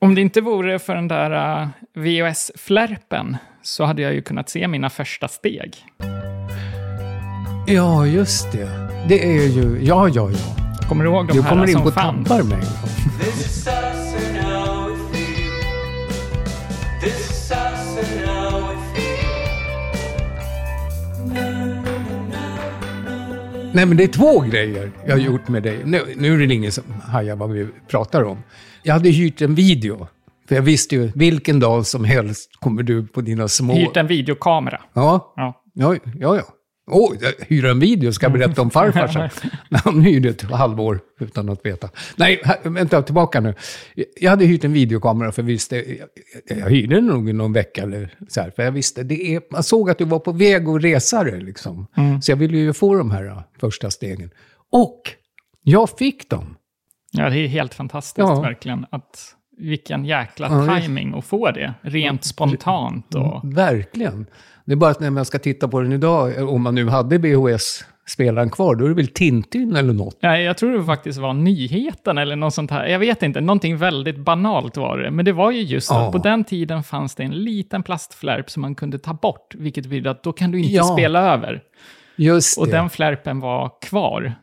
Om det inte vore för den där VHS-flärpen så hade jag ju kunnat se mina första steg. Ja, just det. Det är ju... Ja. Kommer du ihåg de du här kommer in som på fanns? tappar mig. Nej, men det är 2 grejer jag har gjort med dig. Nu är det ingen som hajar vad vi pratar om. Jag hade hyrt en video. För jag visste ju, vilken dag som helst kommer du på dina små... Hyrt en videokamera. Ja. Hyra en video, ska jag berätta om farfar sen. Han hyrde ett halvår utan att veta. Nej, vänta, tillbaka nu. Jag hade hyrt en videokamera för jag hyrde den nog i någon vecka eller så här. För jag visste, man såg att du var på väg att resa det liksom. Så jag ville ju få de här första stegen. Och jag fick dem. Ja, det är helt fantastiskt verkligen. Vilken jäkla timing att få det. Rent spontant. Verkligen. Det är bara att när man ska titta på den idag, om man nu hade VHS-spelaren kvar, då är det väl Tintin eller något. Ja, jag tror det faktiskt var Nyheten eller något sånt här. Jag vet inte, någonting väldigt banalt var det. Men det var ju just att på den tiden fanns det en liten plastflärp som man kunde ta bort. Vilket betyder att då kan du inte spela över. Just det. Och den flärpen var kvar.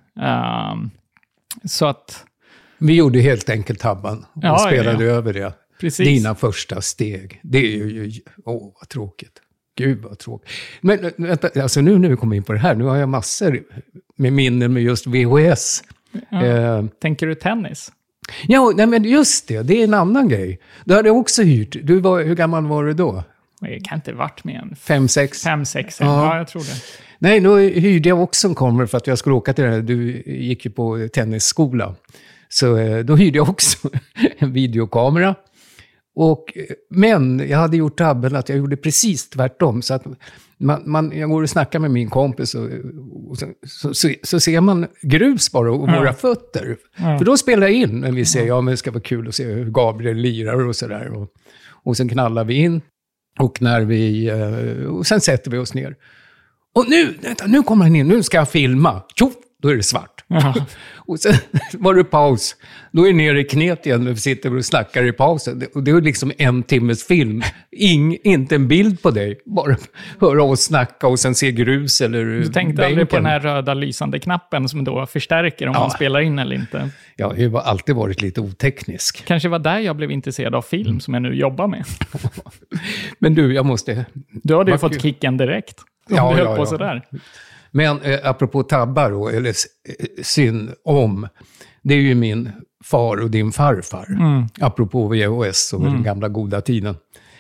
Så att... Vi gjorde helt enkelt tabban och spelade över det. Precis. Dina första steg. Det är ju... vad tråkigt. Gud vad tråkigt. Men vänta, alltså nu när vi kommer in på det här, nu har jag massor med minnen med just VHS. Tänker du tennis? Ja, nej men just det. Det är en annan grej. Du hade också hyrt. Hur gammal var du då? Jag kan inte varit med en 5-6. 5-6, ja jag tror det. Nej, då hyrde jag också en kamera för att jag skulle åka till det här. Du gick ju på tennisskola. Så då hyrde jag också en videokamera. Men jag hade gjort tabben att jag gjorde precis tvärtom. Så att jag går och snackar med min kompis så ser man grus bara och våra fötter. För då spelar jag in när vi säger men det ska vara kul att se hur Gabriel lirar och sådär. Och sen knallar vi in och och sen sätter vi oss ner. Och nu kommer han in, nu ska jag filma. Tjoff! Då är det svart. Och sen var det paus. Då är det ner i knät igen och vi sitter och snackar i pausen. Och det är liksom 1 timmes film. Inte en bild på dig. Bara höra oss snacka och sen se grus eller du tänkte aldrig på den här röda lysande knappen som då förstärker om man spelar in eller inte? Ja, jag har alltid varit lite oteknisk. Kanske var där jag blev intresserad av film som jag nu jobbar med. Men du, jag måste... Du hade ju fått kicken direkt. Ja, du höll på sådär. Men apropå tabbar då, eller synd om, det är ju min far och din farfar. Apropå VHS och den gamla goda tiden.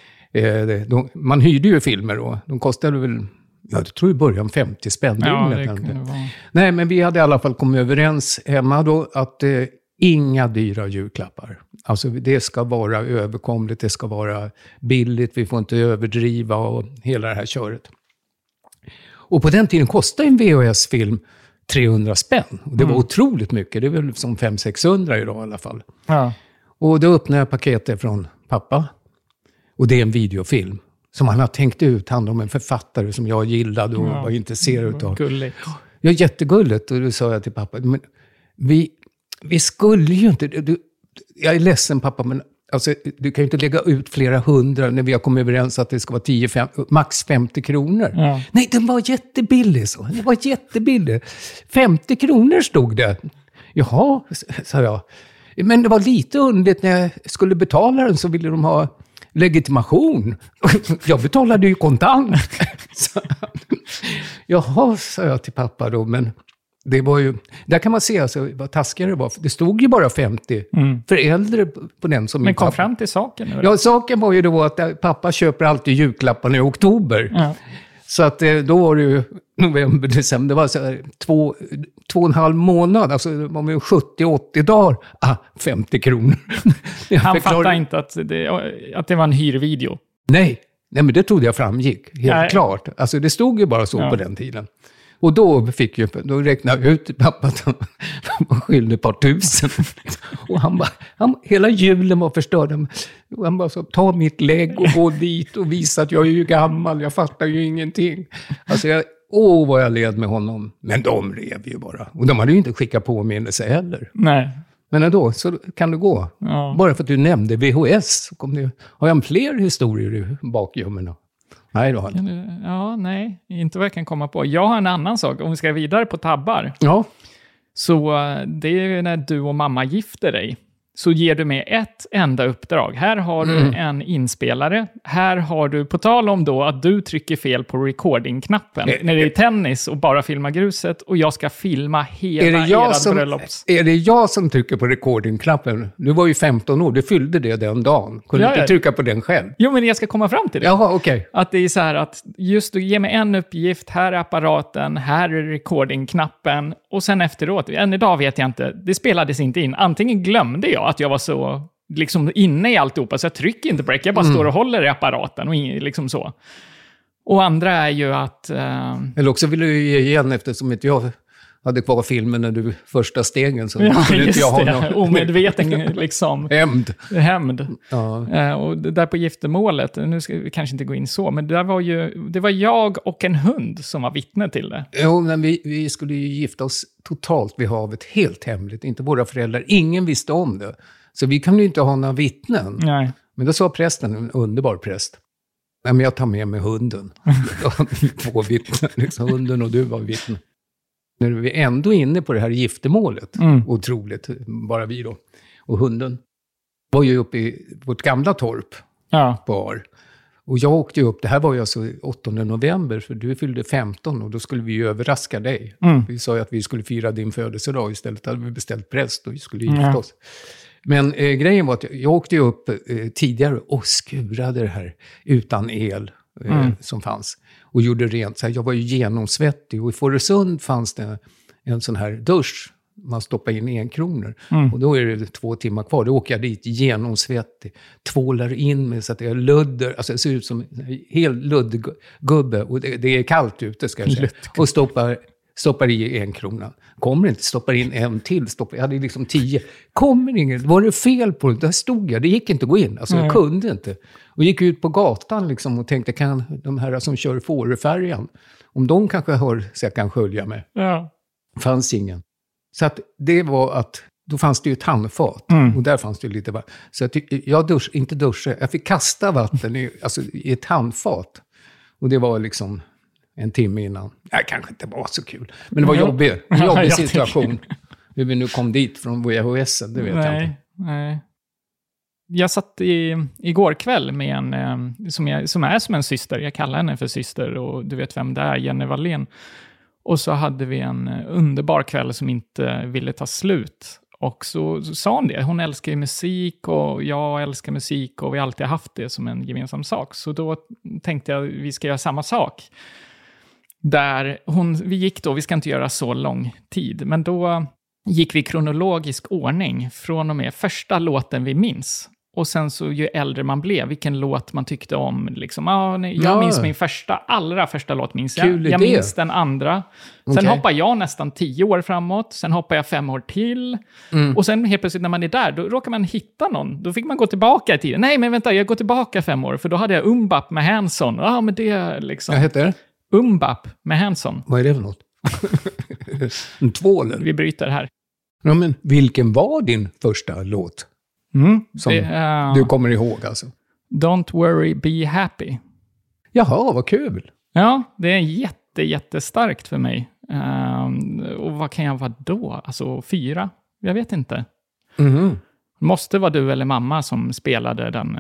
Man hyrde ju filmer då. De kostade väl, jag tror i början 50 spänn. Nej, men vi hade i alla fall kommit överens hemma då att inga dyra julklappar. Alltså det ska vara överkomligt, det ska vara billigt, vi får inte överdriva och hela det här köret. Och på den tiden kostade en VHS-film 300 spänn. Och det var otroligt mycket. Det är väl som 500-600 idag i alla fall. Ja. Och då öppnade jag paketet från pappa. Och det är en videofilm. Som han har tänkt ut. Handlar om en författare som jag gillade och var intresserad av. Gulligt. Ja, jättegulligt. Och då sa jag till pappa. Men vi skulle ju inte... Jag är ledsen pappa, men... Alltså, du kan ju inte lägga ut flera 100 när vi har kommit överens att det ska vara max 50 kronor. Ja. Nej, den var jättebillig så. Den var jättebillig. 50 kronor stod det. Jaha, sa jag. Men det var lite underligt när jag skulle betala den så ville de ha legitimation. Jag betalade ju kontant. Jaha, sa jag till pappa då, men... Det var ju, där kan man se alltså, vad taskigare det var. Det stod ju bara 50 för äldre på den som... Men kom fram till saken nu. Ja, saken var ju då att pappa köper alltid julklapparna i oktober. Ja. Så att då var det ju november, december. Det var så här 2,5 månad. Alltså det var 70-80 dagar. 50 kronor. Han fattade inte att det var en hyrvideo. Nej, men det trodde jag framgick. Helt klart. Alltså det stod ju bara så på den tiden. Och då räknade jag ut pappa att han var skyldig ett par tusen. Och hela julen var förstörd. Och han bara så, ta mitt lägg och gå dit och visa att jag är ju gammal. Jag fattar ju ingenting. Alltså vad jag led med honom. Men de rev ju bara. Och de hade ju inte skickat påminnelse heller. Nej. Men ändå, så kan det gå. Ja. Bara för att du nämnde VHS, har jag fler historier i bakgömmerna? Nej, då. Ja, nej. Inte vad jag kan komma på. Jag har en annan sak. Om vi ska vidare på tabbar. Ja. Så det är när du och mamma gifter dig. Så ger du med ett enda uppdrag. Här har du en inspelare. Här har du, på tal om då att du trycker fel på recording-knappen. När det är tennis och bara filma gruset. Och jag ska filma hela era bröllops. Är det jag som trycker på recording-knappen? Du var ju 15 år, du fyllde det den dagen. Kunde du inte trycka på den själv? Jo, men jag ska komma fram till det. Jaha, okej. Okay. Att det är så här att just du ger mig en uppgift. Här är apparaten, här är recording-knappen. Och sen efteråt, än idag vet jag inte. Det spelades inte in. Antingen glömde jag att jag var så liksom inne i alltihopa, så jag trycker inte på det. Jag bara står och håller i apparaten och liksom så. Och andra är ju att... Eller också vill du ge igen, eftersom inte jag hade kvar filmen när du första stegen. Så kunde inte jag ha någon... omedveten liksom. Hämnd. Ja. Och där på giftermålet, nu ska vi kanske inte gå in så, men det var jag och en hund som var vittne till det. Jo, men vi skulle ju gifta oss totalt vid havet, helt hemligt. Inte våra föräldrar, ingen visste om det. Så vi kan ju inte ha några vittnen. Nej. Men då sa prästen, en underbar präst. Nej, men jag tar med mig hunden. 2 vittnen, liksom, hunden och du var vittnen. Nu är vi ändå inne på det här giftermålet. Otroligt, bara vi då. Och hunden var ju uppe i vårt gamla torp på Ar. Och jag åkte ju upp, det här var ju alltså 8 november, för du fyllde 15 och då skulle vi ju överraska dig. Vi sa ju att vi skulle fira din födelsedag, istället hade vi beställt präst och vi skulle gifta oss. Men grejen var att jag åkte ju upp tidigare och skurade det här utan el som fanns. Och gjorde rent. Så här, jag var ju genomsvettig. Och i Fårösund fanns det en sån här dusch. Man stoppar in 1 krona. Och då är det 2 timmar kvar. Då åker jag dit genomsvettig. Tvålar in mig så att det är ludder. Alltså det ser ut som en hel luddgubbe. Och det är kallt ute, ska jag säga. Och stoppar i 1 krona. Kommer inte, stoppar in en till. Jag hade liksom 10. Kommer inget. Var det fel på det? Där stod jag. Det gick inte att gå in. Alltså jag kunde inte. Och gick ut på gatan liksom och tänkte, kan de här som kör Fåröfärjan, om de kanske hör så jag kan skölja med. Ja. Fanns ingen. Så att det var att, då fanns det ju ett handfat. Och där fanns det ju lite vatten. Så att jag inte duschade. Jag fick kasta vatten i ett handfat. Och det var liksom 1 timme innan. Det kanske inte var så kul. Men det var en jobbig situation. Hur vi nu kom dit från VHS, det vet jag inte. Nej. Jag satt igår kväll med en som är som en syster. Jag kallar henne för syster och du vet vem det är, Jenny Wallén. Och så hade vi en underbar kväll som inte ville ta slut. Och så sa hon det. Hon älskar ju musik och jag älskar musik och vi har alltid haft det som en gemensam sak. Så då tänkte jag vi ska göra samma sak. Vi gick då, vi ska inte göra så lång tid, men då gick vi i kronologisk ordning från och med första låten vi minns. Och sen så ju äldre man blev, vilken låt man tyckte om. Liksom, jag minns min allra första låt minns jag. Jag minns den andra. Sen hoppar jag nästan 10 år framåt. Sen hoppar jag 5 år till. Och sen helt plötsligt när man är där, då råkar man hitta någon. Då fick man gå tillbaka i tiden. Nej, men vänta, jag går tillbaka 5 år. För då hade jag Umbap med Hanson. Ja, men det är liksom... Vad heter det? Umbap med Hanson. Vad är det för något? En tvål? Vi bryter här. Ja, men vilken var din första låt? Som du kommer ihåg alltså? Don't worry, be happy. Jaha, vad kul. Ja, det är jättestarkt för mig. Och vad kan jag vara då? Alltså 4? Jag vet inte. Måste vara du eller mamma som spelade den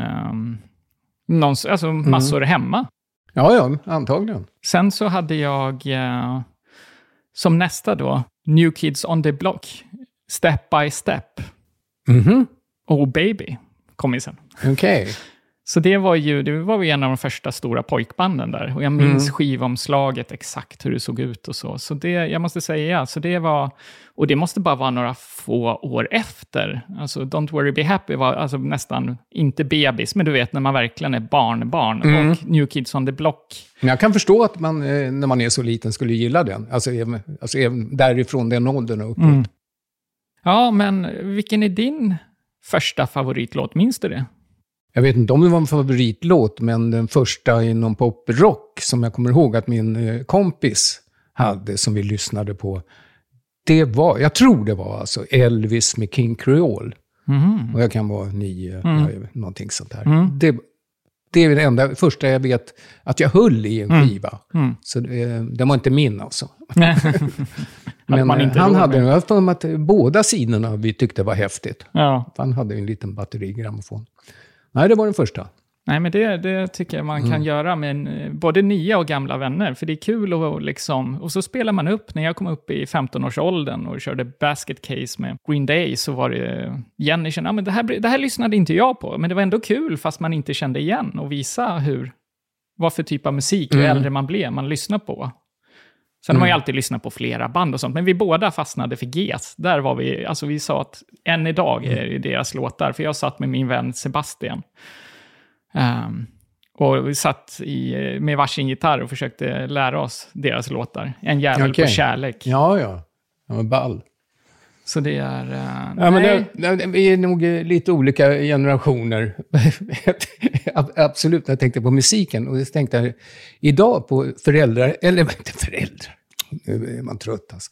massor hemma. Ja, antagligen. Sen så hade jag som nästa då New Kids on the Block. Step by Step. Oh Baby kom i sen. Okej. Så det var ju en av de första stora pojkbanden där. Och jag minns skivomslaget exakt hur det såg ut och så. Så det, jag måste säga, så det var... Och det måste bara vara några få år efter. Alltså Don't Worry Be Happy var alltså nästan inte bebis. Men du vet när man verkligen är barnbarn. Och New Kids on the Block. Men jag kan förstå att man när man är så liten skulle gilla den. Alltså även därifrån den åldern och uppåt. Ja, men vilken är din första favoritlåt? Minns du det? Jag vet inte om det var en favoritlåt, men den första inom poprock som jag kommer ihåg att min kompis hade, som vi lyssnade på, jag tror det var alltså Elvis med King Creole. Och jag kan vara 9, någonting sånt här. Det är det enda första jag vet att jag höll i en skiva. Så det var inte min alltså. Men han hade jag för mig att båda sidorna vi tyckte var häftigt. Ja. Han hade en liten batterigrammofon. Nej, det var den första. Nej, men det tycker jag man kan göra med både nya och gamla vänner. För det är kul att liksom... Och så spelar man upp. När jag kom upp i 15-årsåldern och körde Basket Case med Green Day, så var det... Jenny kände, men det här lyssnade inte jag på. Men det var ändå kul fast man inte kände igen. Och visa vad för typ av musik ju äldre man blev, man lyssnar på. Sen har man ju alltid lyssnat på flera band och sånt. Men vi båda fastnade för GES. Där var vi... Alltså vi sa att än idag är det deras låtar. För jag satt med min vän Sebastian. Och vi satt med varsin gitarr och försökte lära oss deras låtar. En jävel på kärlek. Ja, ball. Så det är... men vi är nog lite olika generationer. Absolut, när jag tänkte på musiken. Och jag tänkte idag på föräldrar, eller inte föräldrar, nu är man trött alltså.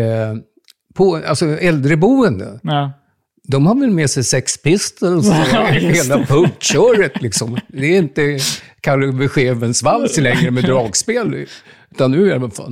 På äldreboende. Ja. De har väl med sig Sex Pistols och hela pubköret liksom. Det är inte Kalle Beskevens vals längre med dragspel. Utan nu är det fan,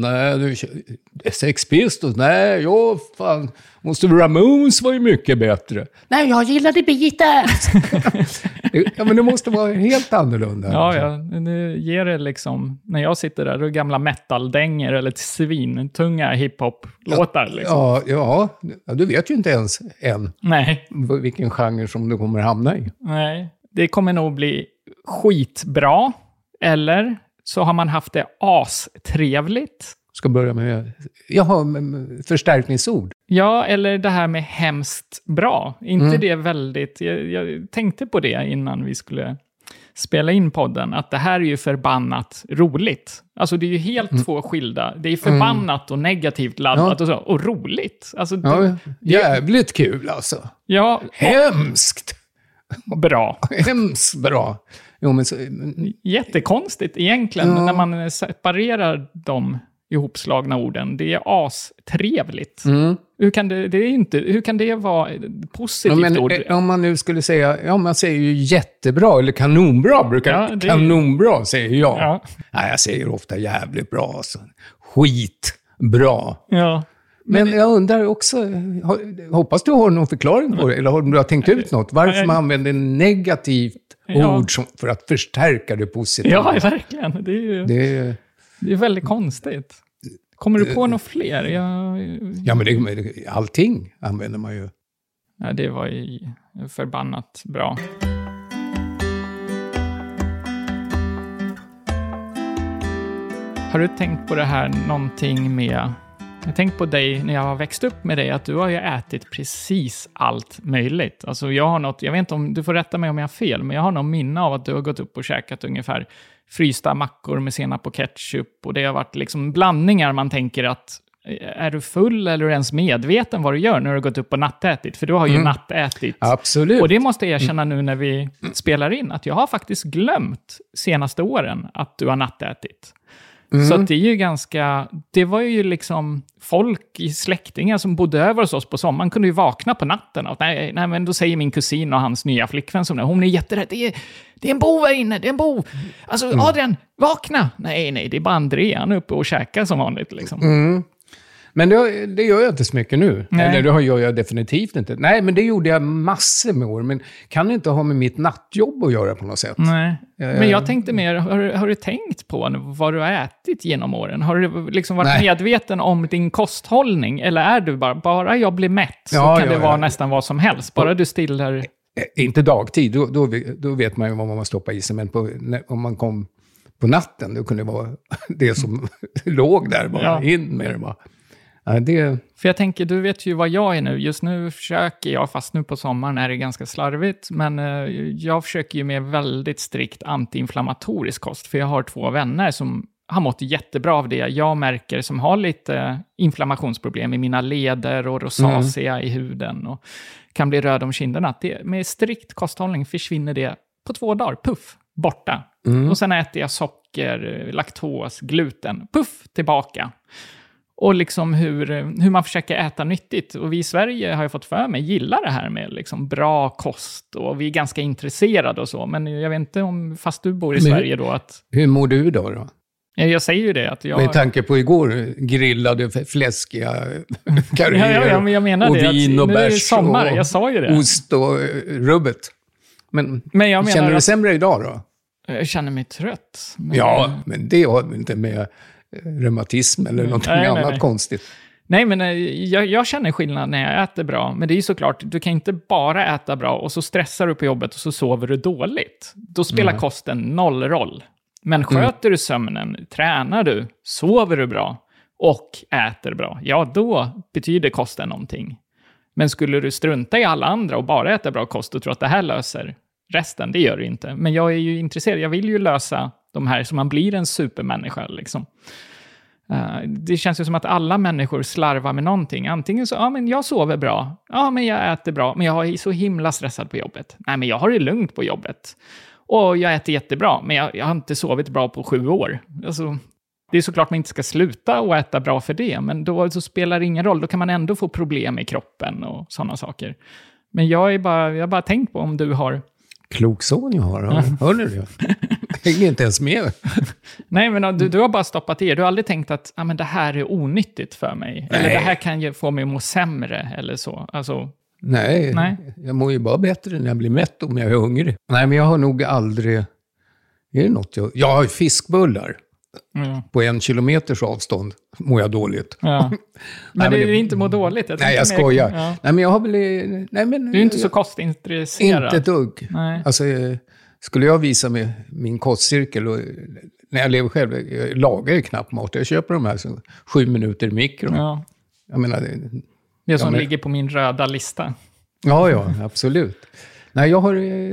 Sex Pistols, fan. Måste Ramones var ju mycket bättre. Nej, jag gillade Beatles. Ja, men det måste vara helt annorlunda. Ja, det ger det liksom, när jag sitter där och gamla metal-dänger eller svintunga hiphop-låtar. Liksom. Ja, du vet ju inte ens än vilken genre som du kommer hamna i. Nej, det kommer nog bli skitbra, eller så har man haft det astrevligt. Ska börja med förstärkningsord. Ja, eller det här med hemskt bra. Inte det väldigt... Jag tänkte på det innan vi skulle spela in podden. Att det här är ju förbannat roligt. Alltså det är ju helt två skilda. Det är förbannat och negativt laddat och roligt. Alltså, jävligt kul alltså. Ja. Hemskt! Bra. Hemskt bra. Jo, men jättekonstigt egentligen när man separerar de ihopslagna orden. Det är astrevligt. Hur kan det vara positivt ord? Om man nu skulle säga, man säger ju jättebra eller kanonbra. Kanonbra säger jag. Ja. Nej, jag säger ofta jävligt bra. Alltså. Skitbra. Ja. Men jag undrar också, hoppas du har någon förklaring på det, eller har du tänkt ut något? Varför man använder negativt ord för att förstärka det positiva? Ja, verkligen. Det är väldigt konstigt. Kommer du på något fler? Ja, men allting använder man ju. Ja, det var ju förbannat bra. Har du tänkt på det här någonting med... Jag tänkte på dig när jag har växt upp med dig, att du har ju ätit precis allt möjligt. Alltså jag vet inte om du får rätta mig om jag har fel, men jag har någon minne av att du har gått upp och käkat ungefär frysta mackor med senap och ketchup. Och det har varit liksom blandningar man tänker att är du full eller är du ens medveten vad du gör när du har gått upp och nattätit? För du har ju nattätit. Absolut. Och det måste jag erkänna nu när vi spelar in, att jag har faktiskt glömt senaste åren att du har nattätit. Så att det är ju det var ju liksom folk i släktingar som bodde över hos oss på sommaren kunde ju vakna på natten och nej men då säger min kusin och hans nya flickvän som hon är jätterädd, det är en bov här inne, det är en bov. Alltså Adrian, vakna! Nej, det är bara Andrea, han är uppe och käkar som vanligt liksom. Men det gör jag inte så mycket nu. Nej. Eller det gör jag definitivt inte. Nej, men det gjorde jag massor med år. Men kan det inte ha med mitt nattjobb att göra på något sätt? Nej. Men jag tänkte mer, har du tänkt på vad du har ätit genom åren? Har du liksom varit medveten om din kosthållning? Eller är du bara jag blir mätt så kan det vara nästan vad som helst? Bara du stillar... Inte dagtid, då vet man ju vad man stoppar i sig. Men om man kom på natten, då kunde det vara det som låg där. Bara in med det bara. För jag tänker, du vet ju vad jag är nu. Just nu försöker jag, fast nu på sommaren är det ganska slarvigt. Men jag försöker ju med väldigt strikt antiinflammatorisk kost. För jag har 2 vänner som har mått jättebra av det. Jag märker som har lite inflammationsproblem i mina leder och rosacea i huden. Och kan bli röd om kinderna. Med strikt kosthållning försvinner det på 2 dagar. Puff, borta. Och sen äter jag socker, laktos, gluten. Puff, tillbaka. Och liksom hur man försöker äta nyttigt. Och vi i Sverige har ju fått för mig gillar det här med liksom bra kost. Och vi är ganska intresserade och så. Men jag vet inte om, fast du bor i Sverige då, att... Hur mår du då? Jag säger ju det. Att jag... Med tanke på igår, grillade fläskiga karriär men jag menar och det, vin och bärs sommar, jag sa ju det. Ost och rubbet. Men jag menar känner du sämre idag då? Jag känner mig trött. Men det har inte med reumatism eller något annat konstigt. Nej, men jag känner skillnad när jag äter bra. Men det är ju såklart, du kan inte bara äta bra och så stressar du på jobbet och så sover du dåligt. Då spelar kosten noll roll. Men sköter du sömnen, tränar du, sover du bra och äter bra, ja då betyder kosten någonting. Men skulle du strunta i alla andra och bara äta bra kost och tro att det här löser resten, det gör det inte. Men jag är ju intresserad, jag vill ju lösa de här så man blir en supermänniska liksom. Det känns ju som att alla människor slarvar med någonting. Antingen så, men jag sover bra. Ja, men jag äter bra. Men jag är så himla stressad på jobbet. Nej, men jag har det lugnt på jobbet. Och jag äter jättebra. Men jag har inte sovit bra på 7 år. Alltså, det är såklart man inte ska sluta och äta bra för det. Men då så spelar det ingen roll. Då kan man ändå få problem i kroppen och sådana saker. Men jag har bara tänkt på om du har... Klok son jag har. Hör ni det? Jag är inte ens med. Nej, men du har bara stoppat i. Du har aldrig tänkt att men det här är onyttigt för mig. Nej. Eller det här kan ju få mig att må sämre eller så. Alltså, nej, jag mår ju bara bättre när jag blir mätt om jag är hungrig. Nej, men jag har nog aldrig... Är det något jag har fiskbullar. På 1 kilometers avstånd mår jag dåligt. Ja. Men det är inte må dåligt. Jag skojar. Ja. Nej, men jag har väl... du är inte så kostintresserad. Inte ett dugg. Nej. Alltså, skulle jag visa med min kostcirkel och när jag lever själv, jag lagar ju knappt mat. Jag köper de här 7 minuter i mikron. Ja. Jag menar... Det som ligger på min röda lista. Ja, absolut. Nej, jag har...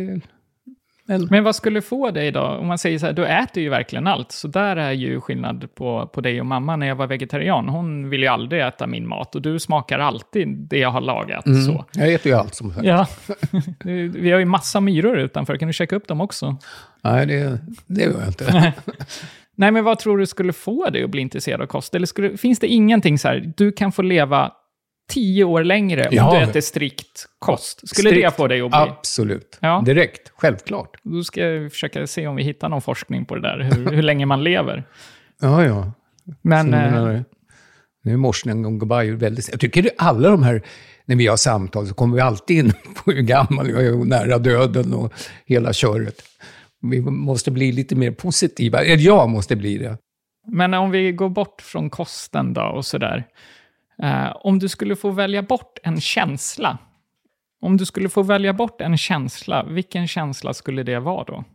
Men vad skulle få dig då? Om man säger så här, du äter ju verkligen allt. Så där är ju skillnad på dig och mamma. När jag var vegetarian, hon vill ju aldrig äta min mat. Och du smakar alltid det jag har lagat. Så. Jag äter ju allt som sagt. Ja, vi har ju massa myror utanför. Kan du checka upp dem också? Nej, det gör jag inte. Nej, men vad tror du skulle få dig att bli intresserad av kost? Eller finns det ingenting så här, du kan få leva 10 år längre om du äter strikt kost? Skulle det få dig att bli? Absolut. Ja. Direkt. Självklart. Då ska jag försöka se om vi hittar någon forskning på det där. Hur länge man lever. Ja. Men nu är morsningen går väldigt... Jag tycker alla de här... När vi har samtal så kommer vi alltid in på hur gammal jag är och nära döden och hela köret. Vi måste bli lite mer positiva. Eller jag måste bli det. Men om vi går bort från kosten då och sådär. Om du skulle få välja bort en känsla. Vilken känsla skulle det vara då?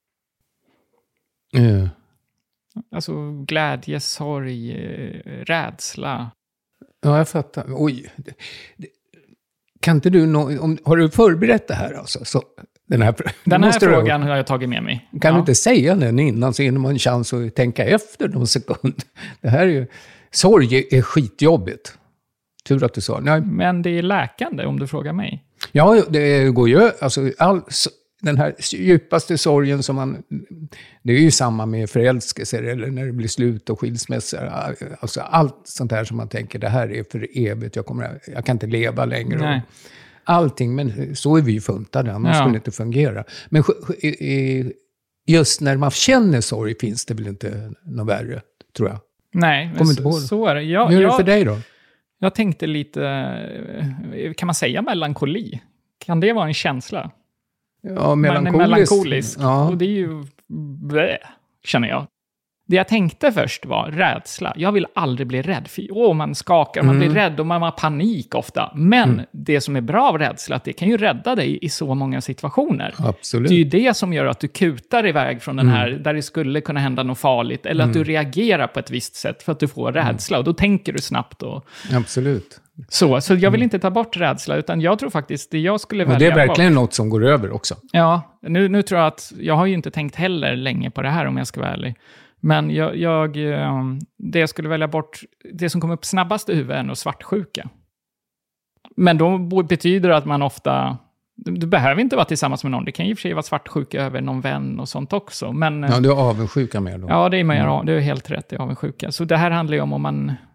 Alltså glädje, sorg, rädsla. Ja, jag fattar. Oj. Kan inte du... har du förberett det här alltså? Så, den här frågan har jag tagit med mig. Kan du inte säga den innan så hinner man en chans att tänka efter någon sekund? Det här är ju... Sorg är skitjobbigt. Tur att du sa. Nej. Men det är läkande om du frågar mig. Ja, det går ju... Alltså, den här djupaste sorgen som man... Det är ju samma med förälskelser eller när det blir slut och skilsmässor. Alltså allt sånt här som man tänker, det här är för evigt. Jag kan inte leva längre. Nej. Allting, men så är vi ju funtade. Annars skulle det inte fungera. Men just när man känner sorg finns det väl inte något värre, tror jag. Nej, så är det. Hur är det för dig då? Jag tänkte lite, kan man säga melankoli? Kan det vara en känsla? Ja, melankolisk. Ja. Och det är ju, känner jag. Det jag tänkte först var rädsla. Jag vill aldrig bli rädd. Man skakar, man blir rädd och man har panik ofta. Men det som är bra av rädsla, att det kan ju rädda dig i så många situationer. Absolut. Det är ju det som gör att du kutar iväg från den här, där det skulle kunna hända något farligt. Eller att du reagerar på ett visst sätt för att du får rädsla. Och då tänker du snabbt. Absolut. Så jag vill inte ta bort rädsla, utan jag tror faktiskt det jag skulle välja. Och det är verkligen något som går över också. Ja, nu tror jag att jag har ju inte tänkt heller länge på det här om jag ska vara ärlig. Men det jag skulle välja bort, det som kommer upp snabbast i huvudet är nog svartsjuka. Men då betyder det att man ofta, du behöver inte vara tillsammans med någon. Det kan ju för sig vara svartsjuka över någon vän och sånt också. Men, ja, du är avundsjuka med då. Ja, det är helt rätt, det är avundsjuka. Så det här handlar ju om man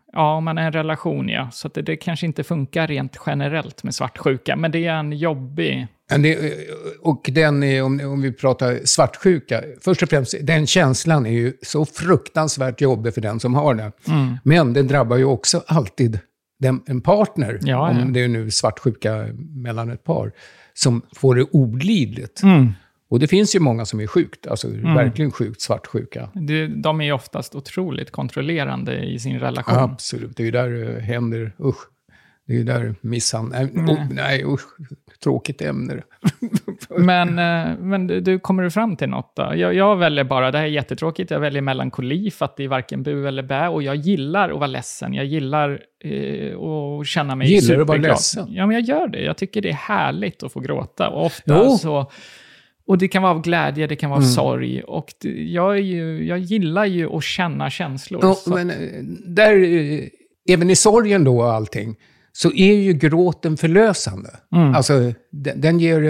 om man är en relation, ja. Så att det kanske inte funkar rent generellt med svartsjuka, men det är en jobbig... Och den är, om vi pratar svartsjuka, först och främst, den känslan är ju så fruktansvärt jobbig för den som har det. Men den drabbar ju också alltid en partner, om det är nu svartsjuka mellan ett par, som får det olidligt. Och det finns ju många som är sjukt, alltså verkligen sjukt svartsjuka. De är ju oftast otroligt kontrollerande i sin relation. Absolut, det är ju där det händer, det är ju där nej usch, tråkigt ämne. Men du, kommer du fram till något då? Jag väljer bara, det här är jättetråkigt, jag väljer melankoli för att det är varken bu eller bä. Och jag gillar att vara ledsen, jag gillar att känna mig superglad. Gillar du att vara ledsen? Ja, men jag gör det. Jag tycker det är härligt att få gråta. Och ofta så... Och det kan vara av glädje, det kan vara av sorg. Och jag gillar ju att känna känslor. Ja, men där, även i sorgen då och allting, så är ju gråten förlösande. Alltså, den ger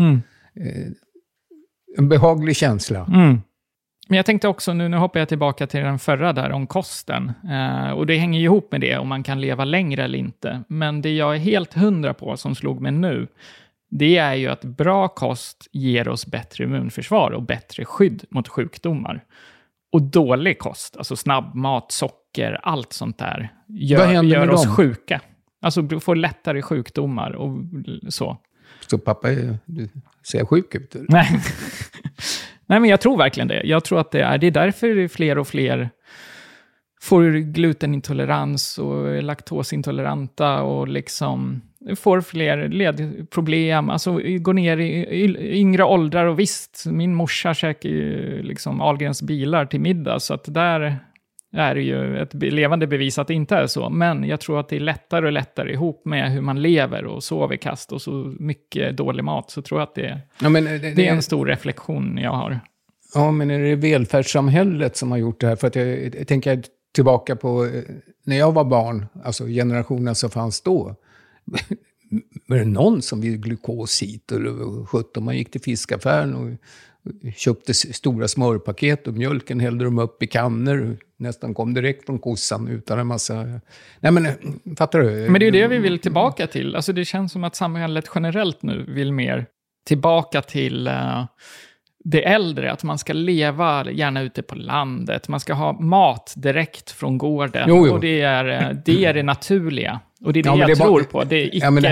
en behaglig känsla. Men jag tänkte också, nu hoppar jag tillbaka till den förra där om kosten. Och det hänger ju ihop med det, om man kan leva längre eller inte. Men det jag är helt 100 på som slog mig nu, det är ju att bra kost ger oss bättre immunförsvar och bättre skydd mot sjukdomar. Och dålig kost, alltså snabbmat, socker, allt sånt där, gör oss sjuka. Alltså får lättare sjukdomar och så. Så pappa, du ser sjuk ut? Eller? Nej. Nej, men jag tror verkligen det. Jag tror att det är därför fler och fler får glutenintolerans och är laktosintoleranta och liksom får fler ledproblem, alltså går ner i yngre åldrar. Och visst, min morsa käkar ju liksom Ahlgrens bilar till middag, så att där är det ju ett levande bevis att det inte är så. Men jag tror att det är lättare och lättare ihop med hur man lever och sover kast och så mycket dålig mat, så tror jag att det är en stor reflektion jag har. Ja, men är det välfärdssamhället som har gjort det här? För att jag tänker tillbaka på när jag var barn, alltså generationen som fanns då. Var det någon som ville glukos hit? Eller 17, man gick till fiskaffären och köpte stora smörpaket och mjölken hällde de upp i kannor. Nästan kom direkt från kossan utan en massa... Nej, men fattar du? Men det är det vi vill tillbaka till. Alltså det känns som att samhället generellt nu vill mer tillbaka till... det äldre, att man ska leva gärna ute på landet. Man ska ha mat direkt från gården. Jo. Och det är det naturliga. Och det är det jag tror på. Det är icke men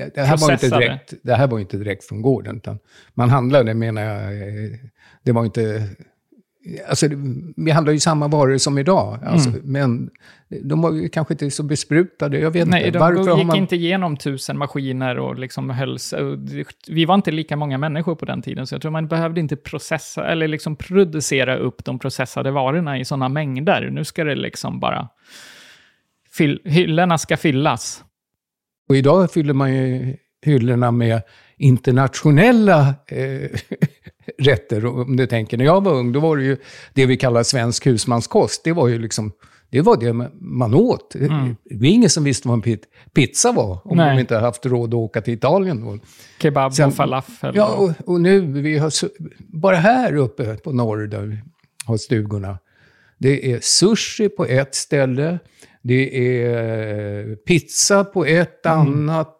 det här var inte direkt från gården. Utan man handlade, menar jag. Det var inte... Alltså, vi handlar ju samma varor som idag. Alltså, men de var ju kanske inte så besprutade. Jag vet inte. De gick inte igenom 1000 maskiner och liksom hölls. Vi var inte lika många människor på den tiden. Så jag tror man behövde inte processa eller liksom producera upp de processade varorna i sådana mängder. Nu ska det liksom bara... hyllorna ska fyllas. Och idag fyller man ju hyllorna med internationella rätter. Om du tänker, när jag var ung, då var det ju det vi kallar svensk husmanskost. Det var ju liksom, det var det man åt. Det var ingen som visste vad en pizza var, om de inte haft råd att åka till Italien då. Kebab och falafel. Ja, och nu, vi har bara här uppe på norr där vi har stugorna. Det är sushi på ett ställe. Det är pizza på ett annat.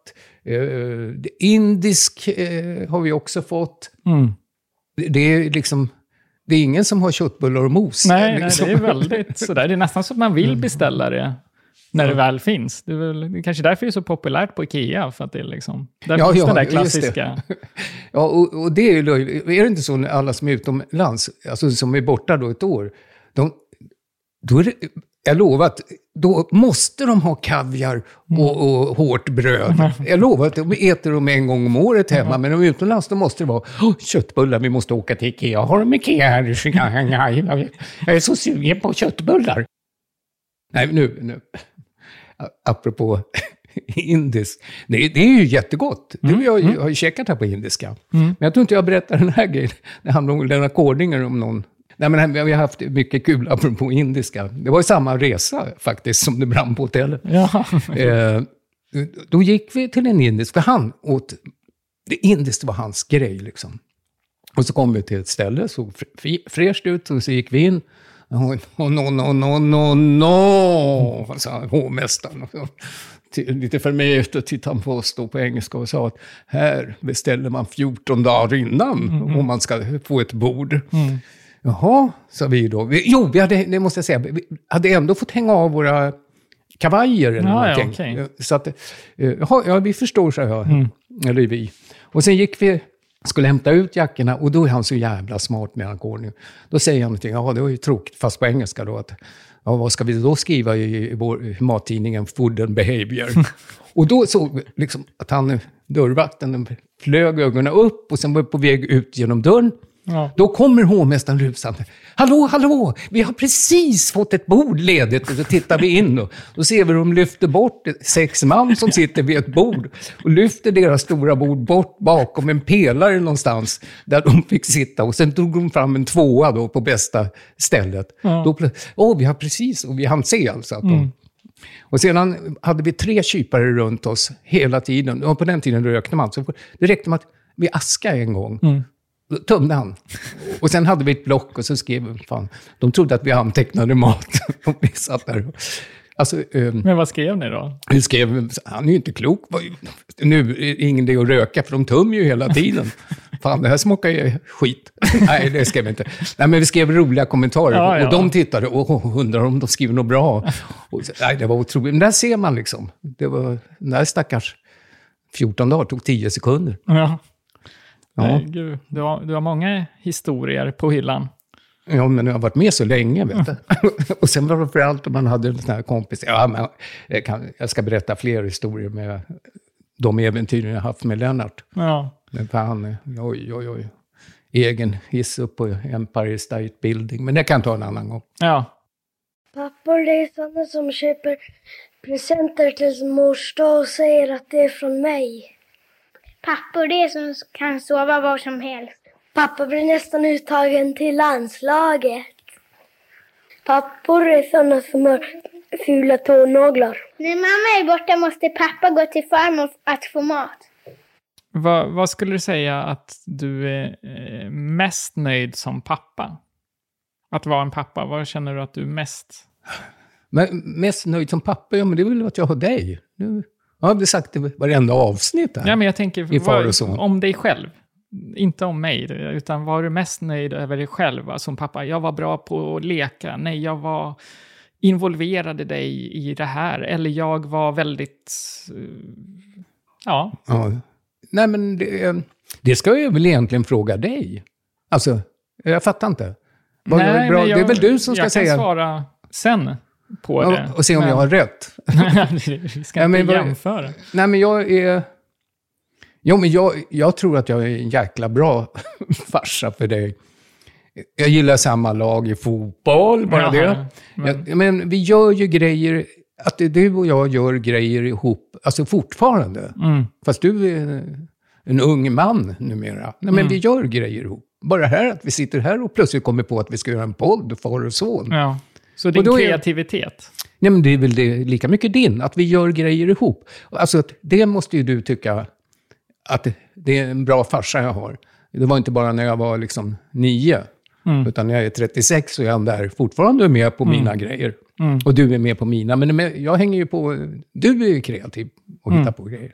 Indisk har vi också fått. Det är liksom... Det är ingen som har köttbullar och mos. Nej, det är väldigt sådär. Det är nästan så att man vill beställa det när det väl finns. Det är kanske därför det är så populärt på Ikea. För att det är liksom... Där finns den där klassiska... Ja, och det är ju... Är det inte så alla som är utomlands, alltså som är borta då ett år, då är det... Jag lovar att då måste de ha kaviar och hårt bröd. Jag lovar att de äter dem en gång om året hemma. Men om utomlands då måste det vara köttbullar. Vi måste åka till Ikea. Har de Ikea här? Jag är så sugen på köttbullar. Nej, nu. Apropå indisk. Det är ju jättegott. Jag har ju käkat här på indiska. Men jag tror inte jag berättar den här grejen. Det handlar om Lennart Gårdinger om någon... Nej, men vi har haft mycket kul apropå indiska. Det var ju samma resa faktiskt som det brann på hotellet. Ja. Då gick vi till en indisk, för han åt... Det indiska var hans grej liksom. Och så kom vi till ett ställe, såg fräscht ut och så gick vi in. No, sa hovmästaren. Lite förmätet tittade han på oss då på engelska och sa att här beställer man 14 dagar innan om man ska få ett bord. Jaha, sa vi då. Vi hade, det måste jag säga, vi hade ändå fått hänga av våra kavajer eller någonting. Okay. Så att, ja, vi förstår, så jag. Eller vi. Och sen gick vi, skulle hämta ut jackorna, och då är han så jävla smart med han. Då säger han någonting, ja det var ju tråkigt, fast på engelska då, att ja, vad ska vi då skriva i vår mattidningen Food and Behavior? Och då såg vi liksom att dörrvakten flög ögonen upp och sen var på väg ut genom dörren. Ja. Då kommer hovmästaren rusande. Hallå, vi har precis fått ett bord ledigt. Och så tittar vi in och då ser vi att de lyfter bort 6 man som sitter vid ett bord. Och lyfter deras stora bord bort bakom en pelare någonstans där de fick sitta. Och sen tog de fram en 2 då på bästa stället. Ja. Då, vi har precis, och vi hann se alltså att de... Och sedan hade vi 3 kypare runt oss hela tiden. Och på den tiden rökte man. Så det räckte med att vi askade en gång. Då tömde han. Och sen hade vi ett block och så skrev vi, fan, de trodde att vi antecknade mat. Och vi satt där. Alltså, men vad skrev ni då? Vi skrev, han är ju inte klok. Nu är det ingen idé att röka, för de tömmer ju hela tiden. Fan, det här smakar ju skit. Nej, det skrev vi inte. Nej, men vi skrev roliga kommentarer. Ja. Och de tittade och undrade om de skriver något bra. Och, nej, det var otroligt. Men där ser man liksom. Det var, den där stackars 14 dagar tog 10 sekunder. Ja. Nej, gud. Du har många historier på hyllan. Ja, men jag har varit med så länge, vet du. Och sen var det för allt om man hade en sån här kompis. Ja, men jag ska berätta fler historier med de äventyren jag haft med Lennart. Ja. Men fan, oj. Egen hiss upp på Empire State Building. Men det kan ta en annan gång. Ja. Pappor, det är sådana som köper presenter till sin mors dag och säger att det är från mig. Pappor, det är som kan sova var som helst. Pappa blir nästan uttagen till landslaget. Pappor är sådana som har fula tånaglar. När mamma är borta måste pappa gå till farmor att få mat. Vad skulle du säga att du är mest nöjd som pappa? Att vara en pappa, vad känner du att du är mest... Men mest nöjd som pappa, ja, men det är väl att jag har dig. Jag har sagt det varenda avsnitt här. Ja, men jag tänker om dig själv. Inte om mig, utan var du mest nöjd över dig själv som pappa? Jag var bra på att leka. Nej, jag var involverade dig i det här. Eller jag var väldigt... Ja. Nej, men det ska jag väl egentligen fråga dig. Alltså, jag fattar inte. Nej, bra? Det är väl du som ska säga... Jag kan svara sen på det. Och se om jag har rätt. Vi ska inte jämföra. Nej, men jag är... Jo, men jag tror att jag är en jäkla bra farsa för dig. Jag gillar samma lag i fotboll, bara det. Men vi gör ju grejer, att du och jag gör grejer ihop, alltså fortfarande. Fast du är en ung man numera. Nej, men vi gör grejer ihop. Bara här att vi sitter här och plötsligt kommer på att vi ska göra en podd, far och son. Ja. Så din kreativitet? Nej, men det är väl det, lika mycket din, att vi gör grejer ihop. Alltså det måste ju du tycka att det är en bra farsa jag har. Det var inte bara när jag var liksom 9. Utan när jag är 36 så är han där fortfarande med på mina grejer. Och du är med på mina. Men jag hänger ju på... Du är ju kreativ och hittar på grejer.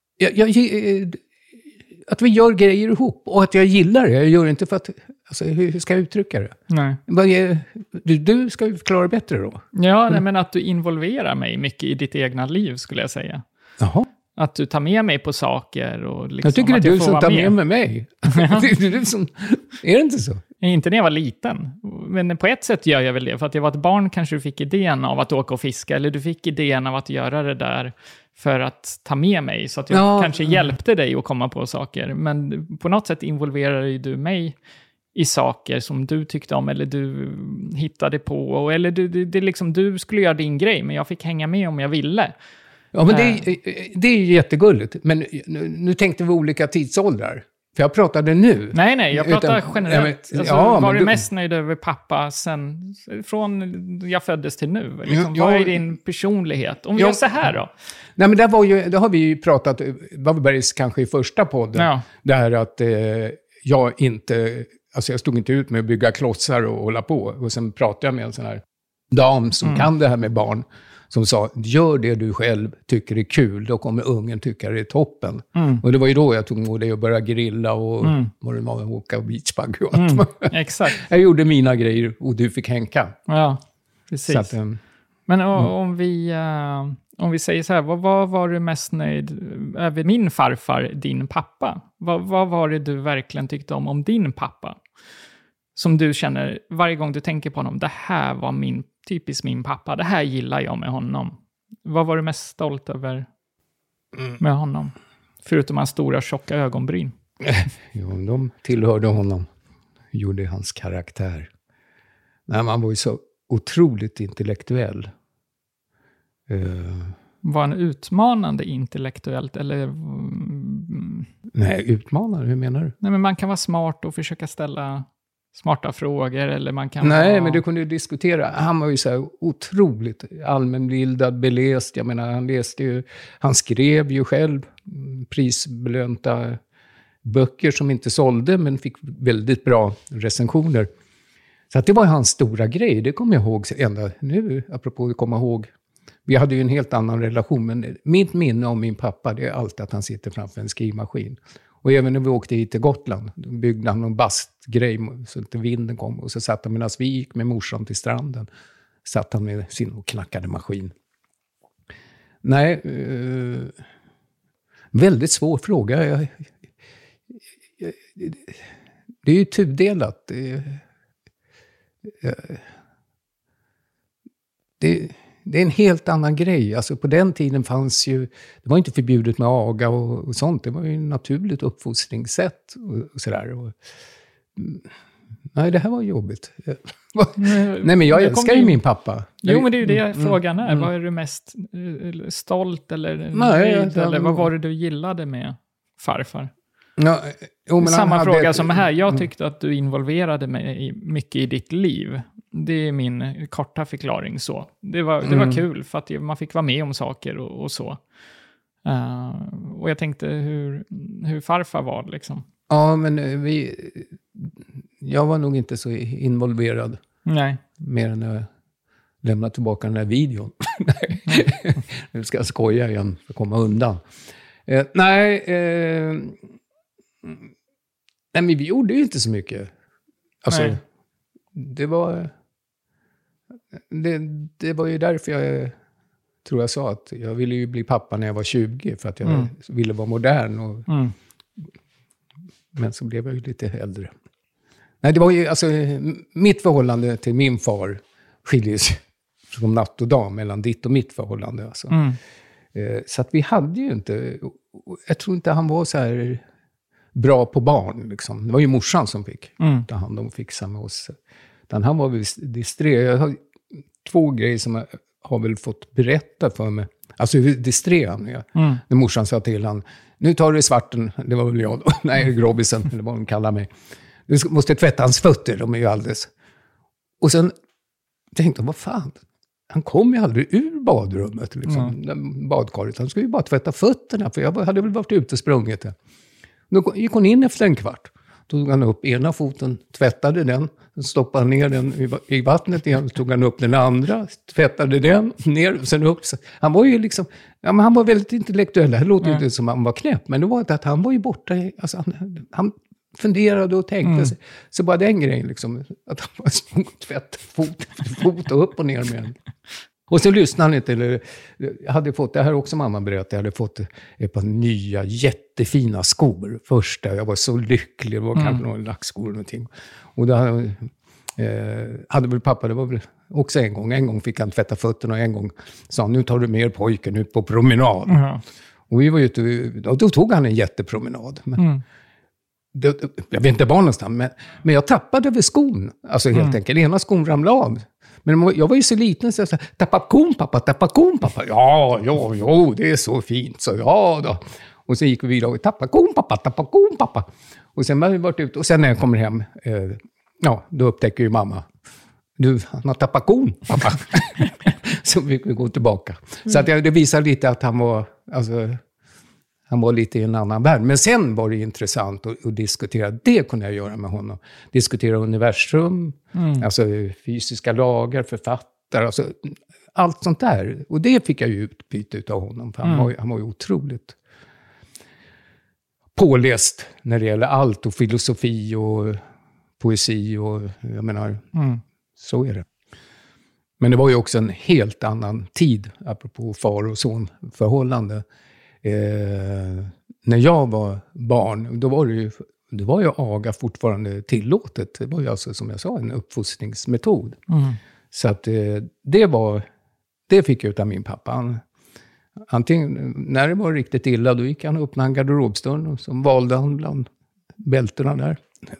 Att vi gör grejer ihop. Och att jag gillar det. Jag gör det inte för att... Alltså, hur ska jag uttrycka det? Nej. Du ska ju förklara bättre då. Ja, nej, men att du involverar mig mycket i ditt egna liv, skulle jag säga. Jaha. Att du tar med mig på saker. Och liksom, jag tycker att det är du som tar med mig. Är det inte så? Inte när jag var liten. Men på ett sätt gör jag väl det. För att jag var ett barn kanske du fick idén av att åka och fiska. Eller du fick idén av att göra det där för att ta med mig. Så att jag kanske hjälpte dig att komma på saker. Men på något sätt involverade du mig i saker som du tyckte om. Eller du hittade på. Eller det liksom, du skulle göra din grej. Men jag fick hänga med om jag ville. Ja, men det är jättegulligt. Men nu tänkte vi olika tidsåldrar. För jag pratade nu. Nej, jag pratar generellt. Var du mest nöjd över pappa sen, från jag föddes till nu? Liksom, vad är din personlighet? Om vi gör så här då? Nej, men det har vi ju pratat, Wahlbergs kanske i första podden. Ja. Där att jag inte alltså jag stod inte ut med att bygga klossar och hålla på. Och sen pratade jag med en sån här dam som kan det här med barn. Som sa, gör det du själv tycker är kul, då kommer ungen tycka det är toppen. Och det var ju då jag tog mod dig och började grilla och vad det var, åka beachbuggy och allt. Exakt. Jag gjorde mina grejer och du fick hänka. Ja, precis. Så att, men om vi säger så här, vad var du mest nöjd över min farfar, din pappa? Vad var det du verkligen tyckte om din pappa? Som du känner varje gång du tänker på honom, det här var typiskt min pappa, det här gillar jag med honom. Vad var du mest stolt över med honom? Förutom hans stora tjocka ögonbryn. Jo, de tillhörde honom. Gjorde hans karaktär. Nej, man var ju så otroligt intellektuell. Var han utmanande intellektuellt? Eller? Nej, utmanande, hur menar du? Nej, men man kan vara smart och försöka ställa smarta frågor. Eller man kan Nej, men du kunde ju diskutera. Han var ju så här otroligt allmänbildad, beläst. Jag menar, han skrev ju själv prisbelönta böcker som inte sålde, men fick väldigt bra recensioner. Så att det var hans stora grej. Det kommer jag ihåg ända nu, apropå att komma ihåg. Vi hade ju en helt annan relation, men mitt minne om min pappa, det är alltid att han sitter framför en skrivmaskin. Och även när vi åkte hit till Gotland, då byggde han någon bastgrej så att vinden kom. Och så satt han, medan vi gick med morsan till stranden, satt han med sin och knackade maskin. Nej, väldigt svår fråga. Det är ju tudelat. Det är en helt annan grej. Alltså på den tiden fanns ju, det var inte förbjudet med aga och sånt. Det var ju ett naturligt uppfostringssätt och sådär. Nej, det här var jobbigt. Nej, men jag älskar ju min pappa. Jo, men det är ju det frågan är. Vad är du mest stolt eller nöjd? Eller vad var det du gillade med farfar? Ja, samma fråga som här. Jag tyckte att du involverade mig mycket i ditt liv. Det är min korta förklaring så. Det var kul för att man fick vara med om saker och så. Och jag tänkte hur farfar var liksom. Ja, men jag var nog inte så involverad. Nej. Mer än att lämna tillbaka den här videon. Nu ska jag skoja igen för att komma undan. Nej, men vi gjorde ju inte så mycket. Alltså, det var ju därför jag tror jag sa att jag ville ju bli pappa när jag var 20. För att jag ville vara modern. Men så blev jag ju lite äldre. Nej, det var ju, alltså, mitt förhållande till min far skiljer sig som natt och dag mellan ditt och mitt förhållande. Alltså. Så att vi hade ju inte, jag tror inte han var så här bra på barn. Liksom. Det var ju morsan som fick ta hand om och fixa med oss. Han var väl disträ. Jag har 2 grejer som jag har väl fått berätta för mig. Alltså hur disträ han är. När morsan sa till han, nu tar du svarten, det var väl jag då. Nej, grobbisen, eller vad de kallar mig. Du måste tvätta hans fötter, de är ju alldeles. Och sen tänkte jag, vad fan? Han kom ju aldrig ur badrummet, liksom, badkaret. Han skulle ju bara tvätta fötterna, för jag hade väl varit ute och sprungit. Då gick hon in efter en kvart. Då tog han upp ena foten, tvättade den, stoppade ner den i vattnet igen, tog han upp den andra, tvättade den, ner, sen upp. Han var ju liksom, ja, men han var väldigt intellektuell. Det låter inte som han var knäpp, men det var inte att han var ju borta. Alltså, han funderade och tänkte. Så bara den grejen, liksom, att han var tvätt fot och upp och ner med den. Och så lyssnade han inte, eller jag hade fått, det här också mamma berättade, jag hade fått ett par nya jättefina skor. Första, jag var så lycklig, det var kanske några lackskor eller någonting. Och då hade väl pappa, det var väl också en gång fick han tvätta fötterna och en gång sa han, nu tar du med pojken ut på promenad. Och vi var ute, och då tog han en jättepromenad. Men, jag vet inte var någonstans, men jag tappade över skon, alltså helt enkelt, ena skon ramlade av. Men jag var ju så liten så jag sa, tappa kon pappa. Ja, det är så fint. Så ja då. Och så gick vi vidare och tappa kon pappa. Och sen har vi varit ute. Och sen när jag kommer hem, då upptäcker ju mamma. Du, han har tappat kon pappa. Så vi går tillbaka. Så att det visar lite att han var, alltså, Han var lite i en annan värld. Men sen var det intressant att diskutera. Det kunde jag göra med honom. Diskutera universum, alltså fysiska lagar, författare, alltså allt sånt där. Och det fick jag ju utbyte av honom. För han var ju otroligt påläst när det gäller allt. Och filosofi och poesi och jag menar, så är det. Men det var ju också en helt annan tid, apropå far och son förhållande. När jag var barn, då var ju aga fortfarande tillåtet. Det var ju alltså, som jag sa, en uppfostringsmetod. Så att det fick jag av min pappa. Antingen, när det var riktigt illa, då gick han och öppnade en garderobsdörr och så valde han bland bälterna där.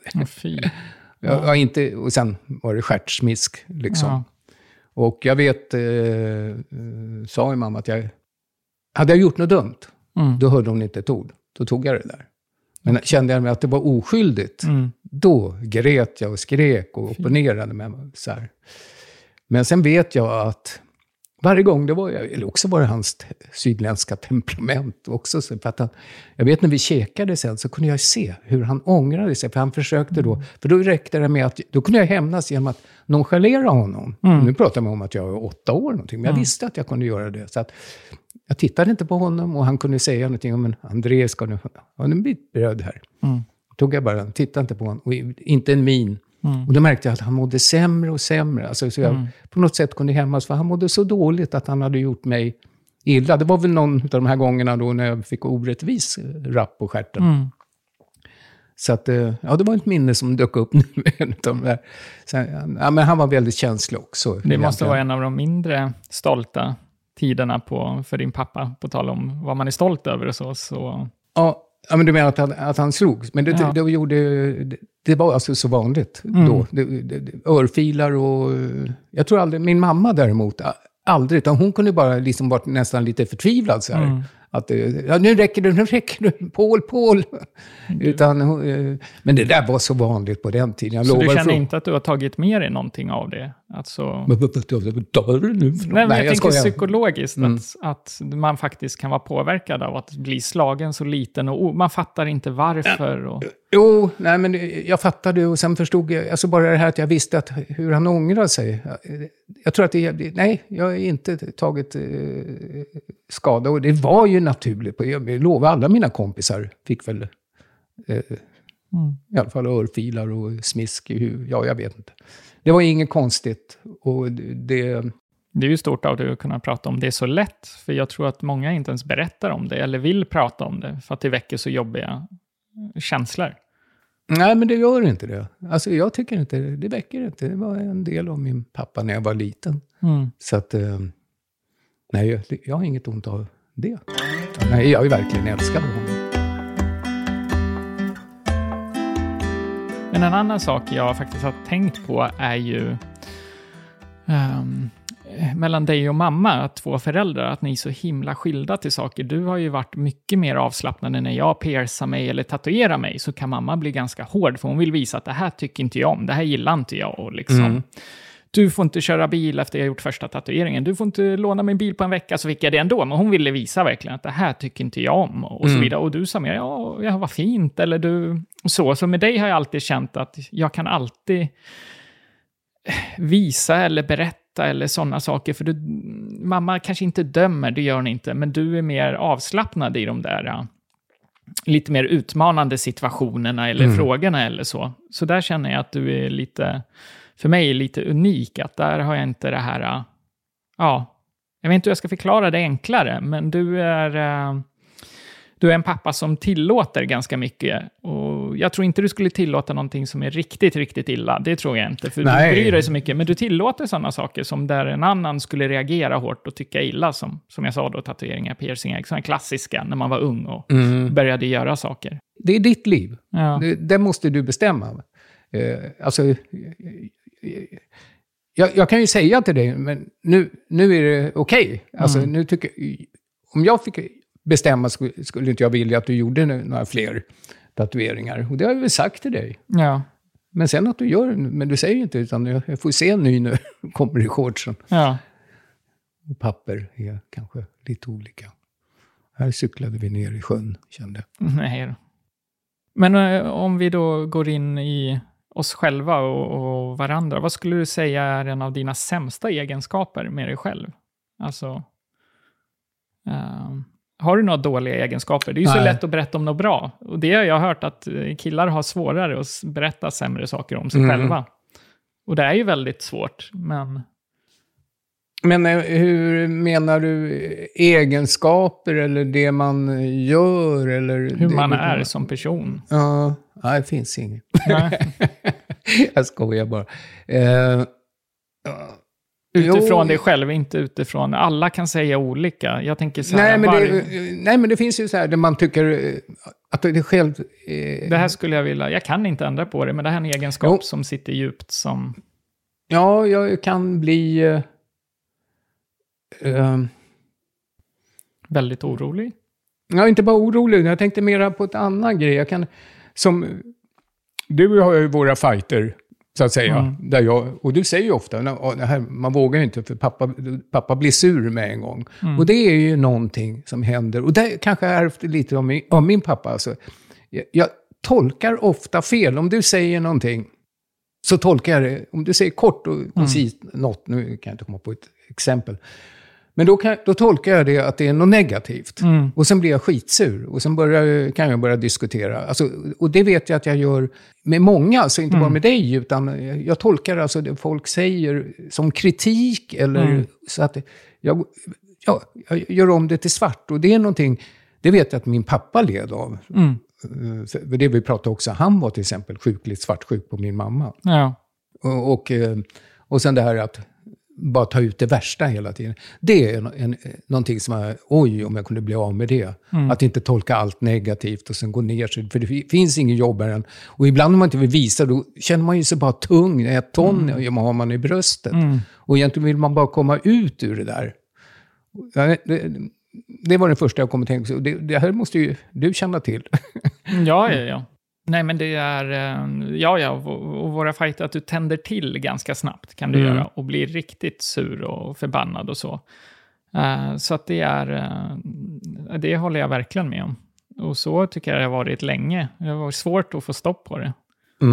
Inte, och sen var det stjärtsmisk liksom. Ja. Och jag vet, sa ju mamma att hade jag gjort något dumt, då hörde hon inte ett ord. Då tog jag det där. Men kände jag mig att det var oskyldigt, då grät jag och skrek och opponerade mig. Så här. Men sen vet jag att varje gång, eller också var det hans sydländska temperament också. För att jag vet när vi käkade sen så kunde jag se hur han ångrade sig. För han försökte då, för då räckte det med att, då kunde jag hämnas genom att nonchalera honom. Nu pratar man om att jag var 8 år någonting, men jag visste att jag kunde göra det. Så att jag tittade inte på honom och han kunde säga någonting om, men André, ska nu ha en bit bröd här. Tog jag bara, tittade inte på honom och inte en min. Och då märkte jag att han mådde sämre och sämre. Alltså, så jag på något sätt kunde hämmas, för han mådde så dåligt att han hade gjort mig illa. Det var väl någon av de här gångerna då när jag fick orättvis rapp på stjärten. Så att, ja, det var ett minne som dök upp nu. Men han var väldigt känslig också. Det måste vara en av de mindre stolta tiderna för din pappa, på tal om vad man är stolt över och så. Ja, men du menar att han slogs. Men det var alltså så vanligt då. Örfilar och... Jag tror aldrig... Min mamma däremot, aldrig. Utan hon kunde bara liksom vara nästan lite förtvivlad så här. Att nu räcker det, Paul. Men det där var så vanligt på den tiden. Så du känner inte att du har tagit med dig någonting av det? Alltså... Nej, men jag tänker psykologiskt att man faktiskt kan vara påverkad av att bli slagen så liten och man fattar inte varför. Och... Jo, nej, men jag fattade och sen förstod jag, alltså bara det här att jag visste hur han ångrade sig. Jag tror att jag har inte tagit skada, och det var ju naturligt. Jag lovar, alla mina kompisar fick väl i alla fall örfilar och smisk i huvudet. Ja, jag vet inte. Det var inget konstigt. Och det är ju stort av dig att kunna prata om det så lätt. För jag tror att många inte ens berättar om det eller vill prata om det. För att det väcker så jobbiga känslor. Nej, men det gör inte det. Alltså jag tycker inte, det väcker inte. Det var en del av min pappa när jag var liten. Så att, nej, jag har inget ont av det. Nej, jag är verkligen älskad honom. Men en annan sak jag faktiskt har tänkt på är ju mellan dig och mamma, 2 föräldrar, att ni är så himla skilda till saker. Du har ju varit mycket mer avslappnad när jag piercar mig eller tatuerar mig, så kan mamma bli ganska hård, för hon vill visa att det här tycker inte jag om, det här gillar inte jag. Och liksom, du får inte köra bil efter jag gjort första tatueringen, du får inte låna min bil på en vecka, så fick jag det ändå. Men hon ville visa verkligen att det här tycker inte jag om och så vidare. Och du sa mer, ja vad fint, eller du så med dig har jag alltid känt att jag kan alltid visa eller berätta eller sådana saker, för mamma kanske inte dömer, det gör hon inte, men du är mer avslappnad i de där lite mer utmanande situationerna eller frågorna eller så. Så där känner jag att du är lite, för mig, lite unik, att där har jag inte det här, jag vet inte hur jag ska förklara det enklare, men du är en pappa som tillåter ganska mycket. Och jag tror inte du skulle tillåta någonting som är riktigt, riktigt illa. Det tror jag inte, för du bryr dig så mycket. Men du tillåter sådana saker som där en annan skulle reagera hårt och tycka illa. Som jag sa då, tatueringar, piercingar, sådana klassiska när man var ung och började göra saker. Det är ditt liv. Ja. Det måste du bestämma. Alltså... Jag kan ju säga till dig, men nu är det okej. Alltså, nu tycker om jag fick bestämma skulle inte jag vilja att du gjorde några fler tatueringar. Och det har jag väl sagt till dig. Ja. Men sen att du gör, men du säger inte, utan jag får se en ny nu, kommer i shortsen. Ja. Och papper är kanske lite olika. här cyklade vi ner i sjön, kände jag. Nej då. Men om vi då går in i oss själva och varandra, vad skulle du säga är en av dina sämsta egenskaper med dig själv? Alltså, har du några dåliga egenskaper? Det är ju så lätt att berätta om något bra. Och det har jag hört att killar har svårare att berätta sämre saker om sig själva. Och det är ju väldigt svårt, men... Men hur menar du egenskaper eller det man gör? Eller hur man är som person? Ja, det finns inget. Jag skojar bara. Utifrån dig själv, inte utifrån... Alla kan säga olika. Jag tänker så här... Nej, men det finns ju så här där man tycker att det är själv... Det här skulle jag vilja... Jag kan inte ändra på det, men det här är en egenskap som sitter djupt som... Ja, jag kan bli... väldigt orolig? Ja, inte bara orolig. Jag tänkte mera på ett annan grej. Du har ju våra fighter, så att säga. Och du säger ju ofta, man vågar ju inte för pappa blir sur med en gång. Och det är ju någonting som händer. Och det kanske jag ärvt lite av min pappa. Alltså. Jag tolkar ofta fel. Om du säger någonting så tolkar jag det. Om du säger kort och precis något, nu kan jag inte komma på ett exempel. Men då tolkar jag det att det är något negativt. Och sen blir jag skitsur. Och sen kan jag börja diskutera. Alltså, och det vet jag att jag gör med många. Alltså inte bara med dig. Utan jag tolkar alltså det folk säger som kritik. Eller så att jag gör om det till svart. Och det är någonting, det vet jag att min pappa led av. För det vi pratade också. Han var till exempel sjukligt svartsjuk på min mamma. Ja. Och sen det här att bara ta ut det värsta hela tiden. Det är någonting som är, om jag kunde bli av med det. Att inte tolka allt negativt och sen gå ner sig. För det finns ingen jobbare än. Och ibland om man inte vill visa, då känner man ju sig bara tung. 1 ton har man i bröstet. Och egentligen vill man bara komma ut ur det där. Det var det första jag kom att tänka på. Det här måste ju du känna till. Ja. Nej, men det är... och våra fighter, att du tänder till ganska snabbt kan du göra. Och blir riktigt sur och förbannad och så. Så att det är... det håller jag verkligen med om. Och så tycker jag det har varit länge. Det var svårt att få stopp på det.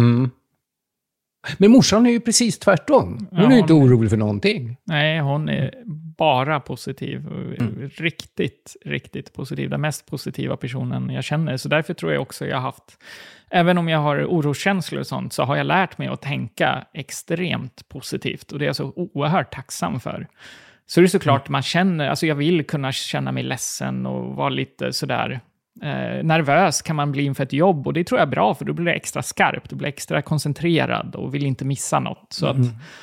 Men morsan är ju precis tvärtom. Hon är ju inte orolig för någonting. Nej, hon är bara positiv. Riktigt, riktigt positiv. Den mest positiva personen jag känner. Så därför tror jag också jag har haft... Även om jag har oroskänslor och sånt, så har jag lärt mig att tänka extremt positivt. Och det är jag så oerhört tacksam för. Så det är såklart man känner... Alltså jag vill kunna känna mig ledsen och vara lite sådär... nervös kan man bli inför ett jobb. Och det tror jag är bra, för då blir det extra skarpt. Du blir extra koncentrerad och vill inte missa något. Så att,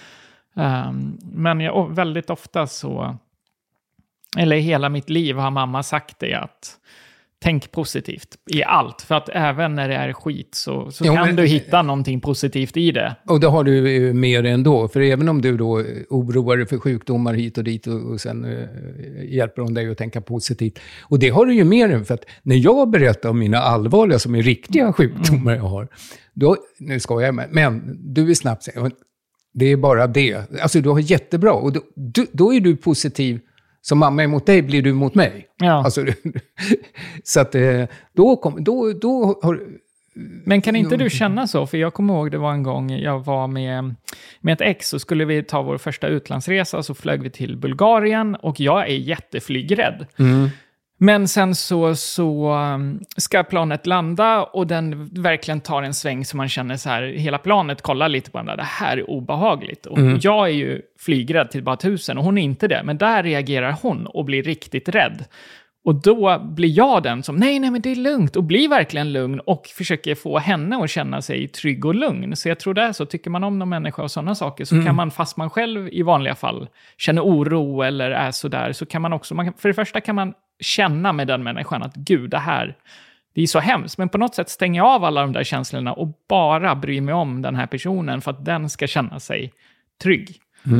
men väldigt ofta så... Eller i hela mitt liv har mamma sagt det att... Tänk positivt i allt. För att även när det är skit så kan du hitta någonting positivt i det. Och det har du mer ändå. För även om du då oroar dig för sjukdomar hit och dit och sen hjälper de dig att tänka positivt. Och det har du ju mer än, för att när jag berättar om mina allvarliga som är riktiga sjukdomar jag har. Då, nu ska jag med, men du är snabbt säga, det är bara det. Alltså du har jättebra. Och då är du positiv. Som mamma är mot dig blir du mot mig. Ja. Alltså, så att då har... Men kan inte du känna så? För jag kommer ihåg, det var en gång jag var med ett ex, och skulle vi ta vår första utlandsresa, så flög vi till Bulgarien och jag är jätteflygrädd. Men sen så ska planet landa och den verkligen tar en sväng så man känner så här, hela planet kollar lite på den där, det här är obehagligt. Och jag är ju flygrädd till bara 1000 och hon är inte det. Men där reagerar hon och blir riktigt rädd. Och då blir jag den som, nej men det är lugnt, och blir verkligen lugn och försöker få henne att känna sig trygg och lugn. Så jag tror det, så tycker man om någon människa och sådana saker, så kan man, fast man själv i vanliga fall känner oro eller är sådär, så kan man också, för det första kan man känna med den människan att gud, det är så hemskt. Men på något sätt stänga av alla de där känslorna och bara bry mig om den här personen för att den ska känna sig trygg.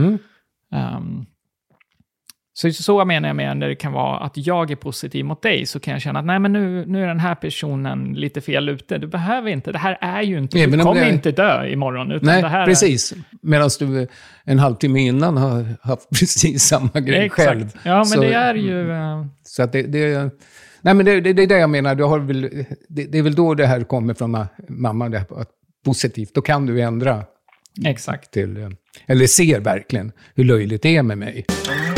Så menar jag med när det kan vara att jag är positiv mot dig, så kan jag känna att nej, men nu är den här personen lite fel ute. Du behöver inte, det här är ju inte, du kommer inte dö imorgon. Utan nej, det här precis. Medan du en halvtimme innan har haft precis samma grej själv. Ja, men så, det är ju... Så att det Nej, men det är det jag menar. Det är väl då det här kommer från mamma, det här, att positivt. Då kan du ändra. Exakt. Eller ser verkligen hur löjligt det är med mig.